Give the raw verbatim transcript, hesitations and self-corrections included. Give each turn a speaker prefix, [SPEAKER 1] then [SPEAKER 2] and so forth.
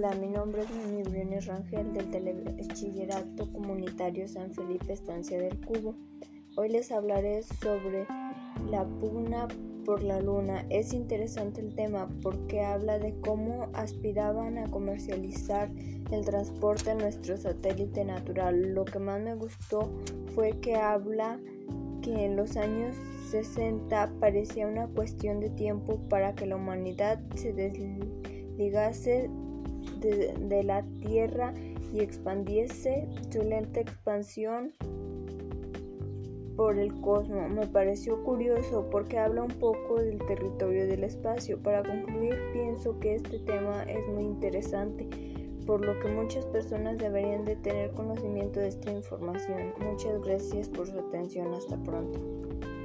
[SPEAKER 1] Hola, mi nombre es Noemí Briones Rangel del Telebachillerato Comunitario San Felipe Estancia del Cubo. Hoy les hablaré sobre la pugna por la luna. Es interesante el tema porque habla de cómo aspiraban a comercializar el transporte en nuestro satélite natural. Lo que más me gustó fue que habla que en los años sesenta parecía una cuestión de tiempo para que la humanidad se desligase de, de la Tierra y expandiese su lenta expansión por el cosmos. Me pareció curioso porque habla un poco del territorio del espacio. Para concluir, pienso que este tema es muy interesante, por lo que muchas personas deberían de tener conocimiento de esta información. Muchas gracias por su atención. Hasta pronto.